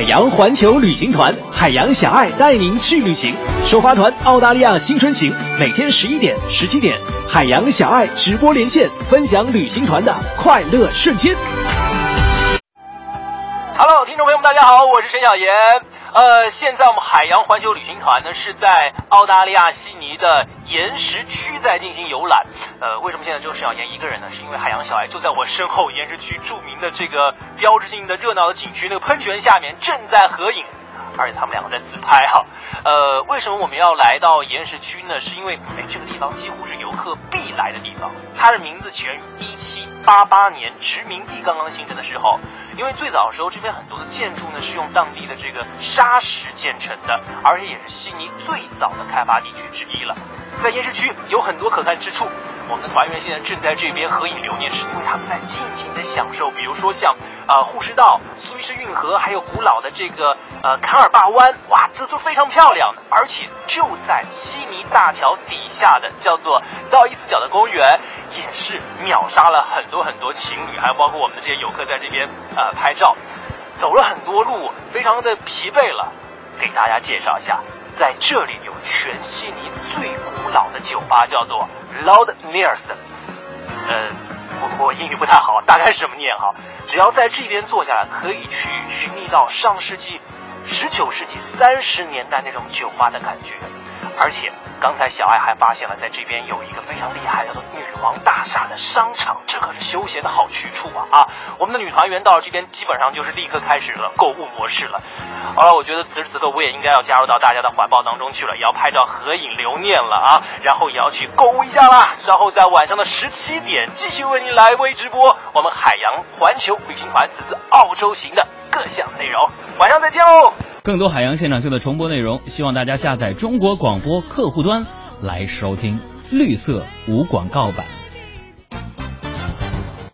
海洋环球旅行团，海洋小爱带您去旅行。首发团澳大利亚新春行，每天11点、17点，海洋小爱直播连线，分享旅行团的快乐瞬间。 Hello， 听众朋友们，大家好，我是陈小岩。现在我们海洋环球旅行团呢是在澳大利亚悉尼的岩石区在进行游览。为什么现在只有陈小岩一个人呢？是因为海洋小爱就在我身后，岩石区著名的这个标志性的热闹的景区那个喷泉下面正在合影。而且他们两个在自拍哈。为什么我们要来到岩石区呢？是因为这个地方几乎是游客必来的地方。它的名字起源于1788年殖民地刚刚形成的时候，因为最早的时候这边很多的建筑呢是用当地的这个砂石建成的，而且也是悉尼最早的开发地区之一了。在岩石区有很多可看之处，我们的团员现在正在这边合影留念，是因为他们在尽情的享受，比如说像护士道、苏伊士运河，还有古老的这个坎尔坝湾，哇，这都非常漂亮的。而且就在悉尼大桥底下的叫做道伊斯角的公园，也是秒杀了很多很多情侣，还有包括我们的这些游客在这边拍照。走了很多路，非常的疲惫了，给大家介绍一下。在这里有全悉尼最古老的酒吧，叫做 Lord Nelson。我英语不太好，大概是什么念哈？只要在这边坐下来，可以去寻觅到上世纪19世纪30年代那种酒吧的感觉。而且刚才小爱还发现了，在这边有一个非常厉害叫做女王大厦的商场，这可是休闲的好去处啊！我们的女团员到了这边，基本上就是立刻开始了购物模式了。好了，我觉得此时此刻我也应该要加入到大家的怀抱当中去了，也要拍照合影留念了啊！然后也要去购物一下啦。稍后在晚上的17点，继续为您来微直播我们海洋环球旅行团此次澳洲行的各项内容。晚上再见喽！ 更多海洋现场秀的重播内容，希望大家下载中国广播客户端来收听，绿色无广告版。